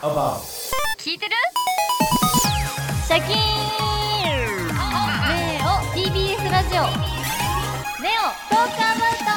聞いてる？シャキーンネオ TBS ラジオネオトークアバウト。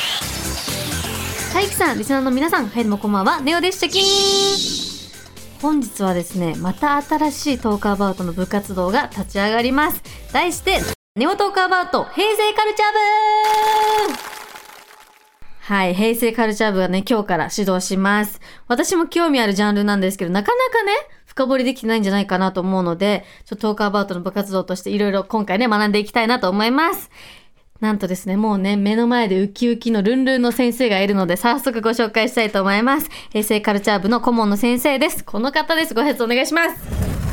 はい、きさん、リスナーの皆さん、はい、どうもこんばんは、ネオです。シャキーン。本日はですね、また新しいトークアバウトの部活動が立ち上がります。題してネオトークアバウト平成カルチャー部。はい、平成カルチャー部はね、今日から始動します。私も興味あるジャンルなんですけど、なかなかね、深掘りできてないんじゃないかなと思うので、トークアバウトの部活動としていろいろ今回ね、学んでいきたいなと思います。なんとですね、もうね、目の前でウキウキのルンルンの先生がいるので、早速ご紹介したいと思います。平成カルチャー部の顧問の先生です。この方です。ご挨拶お願いします。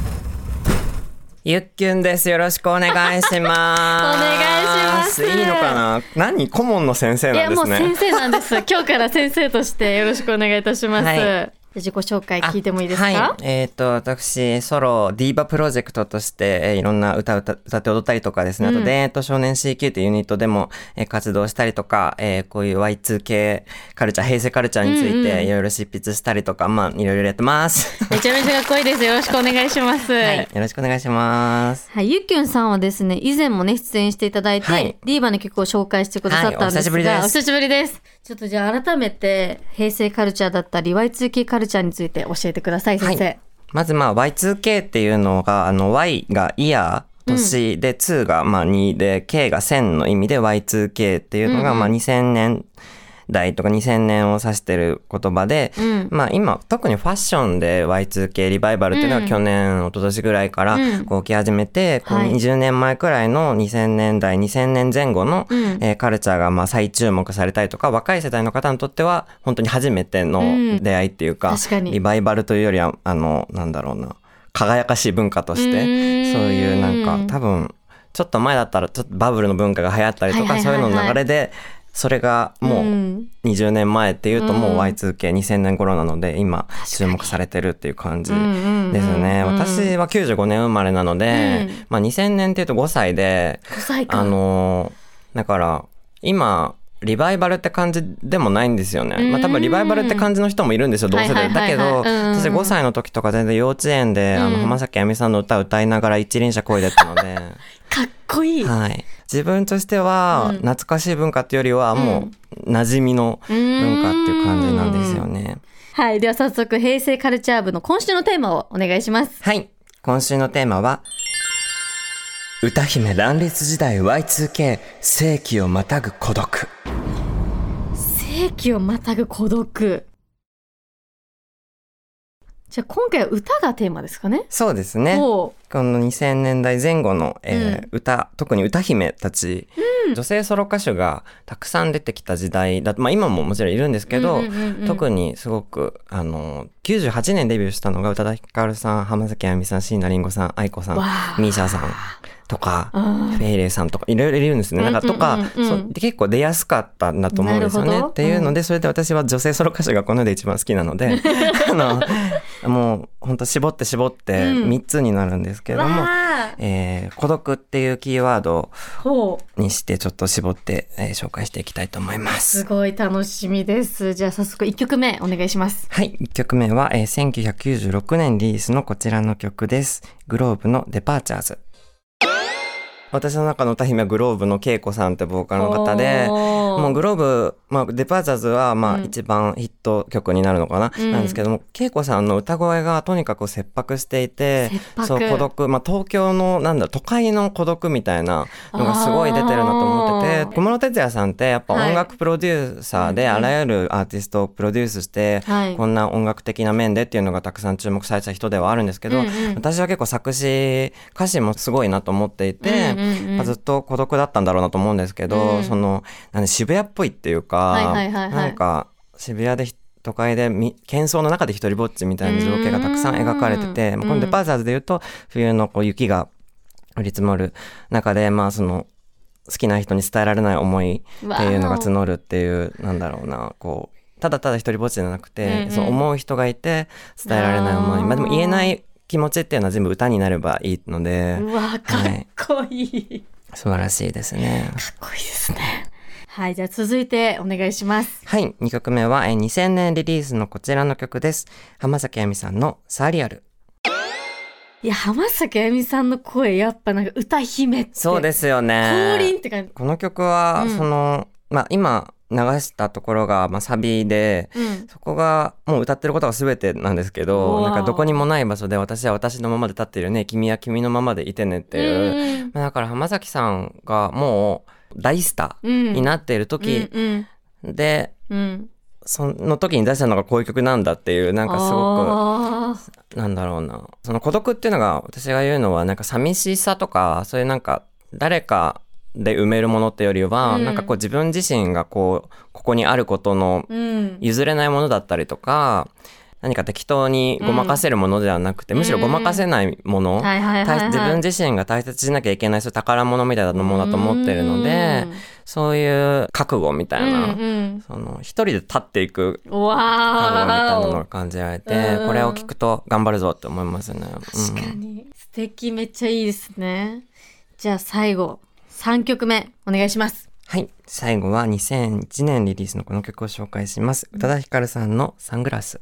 ゆっきゅんです。よろしくお願いします。 お願いします。 いいのかな？何？顧問の先生なんですね。 いや、もう先生なんです。今日から先生としてよろしくお願いいたします。はい、自己紹介聞いてもいいですか？ はい、私ソロディーバプロジェクトとして、いろんな歌って踊ったりとかですね、あと田園と少年 CQ というユニットでも、活動したりとか、こういう Y2K カルチャー、平成カルチャーについていろいろ執筆したりとか、まあいろいろやってます。 めちゃめちゃかっこいいです。よろしくお願いします。 はい、よろしくお願いします。 はい、ゆっきゅんさんはですね、以前もね出演していただいて、はい、ディーバの曲を紹介してくださったんですが、 はい、お久しぶりです。 ちょっとじゃあ改めて平成カルチャーだったり Y2K カルチャーについて教えてください、先生。はい、 まずY2K っていうのがY がイヤー年で、2が2で K が1000の意味で Y2K っていうのが2000年代とか2000年を指してる言葉で、今特にファッションで Y2K リバイバルっていうのは去年、一昨年ぐらいからこう起き始めて、こう20年前くらいの2000年代2000年前後の、カルチャーが再注目されたりとか、若い世代の方にとっては本当に初めての出会いっていうか、リバイバルというよりはなんだろうな、輝かしい文化として、そういうなんか多分ちょっと前だったらちょっとバブルの文化が流行ったりとか、そういうのの流れでそれがもう20年前っていうともう Y2K2000 年頃なので今注目されてるっていう感じですね。私は95年生まれなので、2000年っていうと5歳で、だから今リバイバルって感じでもないんですよね。多分リバイバルって感じの人もいるんですよ、同世代だけど、私5歳の時とか全然幼稚園で浜崎あゆみさんの歌を歌いながら一輪車漕いでたのでかっこいい。 はい、自分としては懐かしい文化っていうよりはもう馴染みの文化っていう感じなんですよね。 はい、では早速平成カルチャー部の今週のテーマをお願いします。 はい、今週のテーマは歌姫乱立時代 Y2K 世紀をまたぐ孤独。 世紀をまたぐ孤独。じゃあ今回は歌がテーマですかね。 そうですね。この2000年代前後の、歌、特に歌姫たち、女性ソロ歌手がたくさん出てきた時代だ、今ももちろんいるんですけど、特にすごく98年デビューしたのが宇多田ヒカルさん、浜崎あゆみさん、椎名林檎さん、愛子さん、ミーシャさんとかフェイレイさんとかいろいろいるんですね。とか結構出やすかったんだと思うんですよね。っていうので、それで私は女性ソロ歌手がこの世で一番好きなのでもう本当絞って3つになるんですけども、孤独っていうキーワードにしてちょっと絞って、紹介していきたいと思います。 すごい楽しみです。じゃあ早速1曲目お願いします。 はい、1曲目は、1996年リリースのこちらの曲です。グローブのデパーチャーズ。私の中の歌姫はグローブの恵子さんってボーカルの方で、もうグローブ、デパーチャーズは一番ヒット曲になるのかな、なんですけども、恵子さんの歌声がとにかく切迫していて、そう孤独、東京の都会の孤独みたいなのがすごい出てるなと思ってて、小室哲哉さんってやっぱ音楽プロデューサーで、あらゆるアーティストをプロデュースして、こんな音楽的な面でっていうのがたくさん注目された人ではあるんですけど、私は結構作詞歌詞もすごいなと思っていて、ずっと孤独だったんだろうなと思うんですけど、渋谷っぽいっていうか、なんか渋谷で都会で喧騒の中で一人ぼっちみたいな情景がたくさん描かれてて、このデパーチャーズでいうと冬の雪が降り積もる中で、その好きな人に伝えられない思いっていうのが募るっていう、ただただ一人ぼっちじゃなくて、そう思う人がいて伝えられない思い、でも言えない気持ちっていうのは全部歌になればいいので、 かっこいい、 素晴らしいですね。 かっこいいですね。 はい、じゃあ続いてお願いします。 はい、2曲目は2000年リリースのこちらの曲です。浜崎あゆみさんのサーリアル。 いや、浜崎あゆみさんの声やっぱなんか歌姫って。 そうですよね。 降臨って感じ。 この曲は、今流したところが、サビで、そこがもう歌ってることが全てなんですけど、なんかどこにもない場所で私は私のままで立ってるね、君は君のままでいてねっていう、だから浜崎さんがもう大スターになっている時で、その時に出したのがこういう曲なんだっていう、なんかすごくなんだろうな、その孤独っていうのが、私が言うのはなんか寂しさとか、そういうなんか誰かで埋めるものってよりは、なんかこう自分自身がここにあることの譲れないものだったりとか、何か適当にごまかせるものではなくて、むしろごまかせないもの、自分自身が大切にしなきゃいけない、そういう宝物みたいなものだと思ってるので、そういう覚悟みたいな、その一人で立っていく覚悟みたいなのが感じられて、これを聞くと頑張るぞって思いますね。 確かに素敵、めっちゃいいですね。じゃあ最後3曲目お願いします。 はい、最後は2001年リリースのこの曲を紹介します。宇多田ヒカルさんのサングラス。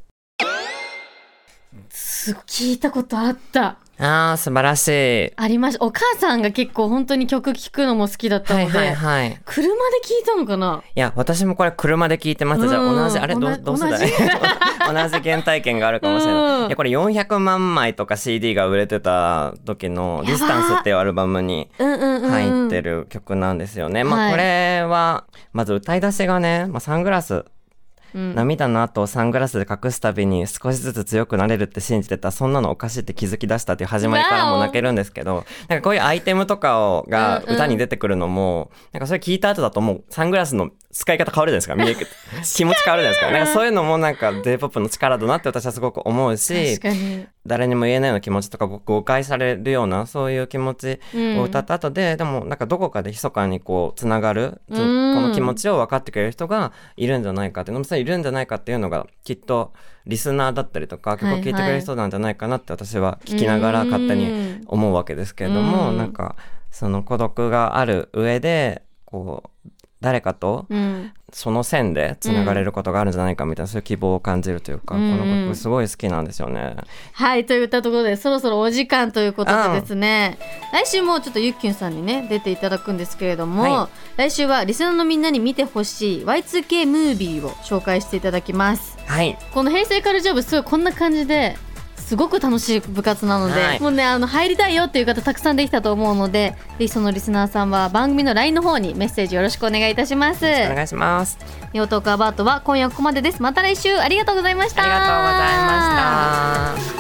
聞いたことあった。 素晴らしい。 ありました。お母さんが結構本当に曲聴くのも好きだったので、車で聴いたのかな。 いや、私もこれ車で聴いてました。じゃあ同じ、あれ、同世代同じ原体験があるかもしれない。いや、これ400万枚とか CD が売れてた時のディスタンスっていうアルバムに入ってる曲なんですよね。これはまず歌い出しがね、サングラス、涙の後をサングラスで隠すたびに少しずつ強くなれるって信じてた、そんなのおかしいって気づき出したっていう始まりからも泣けるんですけど、なんかこういうアイテムとかが歌に出てくるのも、なんかそれ聞いた後だともうサングラスの使い方変わるじゃないですか。気持ち変わるじゃないですか。なんかそういうのもなんか J-POP の力だなって私はすごく思うし、誰にも言えないような気持ちとか誤解されるようなそういう気持ちを歌った後で、でもなんかどこかで密かにこうつながる、この気持ちを分かってくれる人がいるんじゃないかって、のむさんいるんじゃないかっていうのがきっとリスナーだったりとか曲を聴いてくれる人なんじゃないかなって私は聞きながら勝手に思うわけですけれども、なんかその孤独がある上でこう誰かとその線でつながれることがあるんじゃないかみたいな、そういう希望を感じるというか、この曲すごい好きなんですよね。 はい、といったところでそろそろお時間ということでですね、来週もちょっとゆっきゅんさんにね出ていただくんですけれども、来週はリスナーのみんなに見てほしい Y2K ムービーを紹介していただきます。この平成カルチャー部すごいこんな感じですごく楽しい部活なので、もうね入りたいよっていう方たくさんできたと思うので、ぜひそのリスナーさんは番組の LINE の方にメッセージよろしくお願いいたします。 よろしくお願いします。 ネオトークアバウトは今夜ここまでです。また来週ありがとうございました。 ありがとうございました。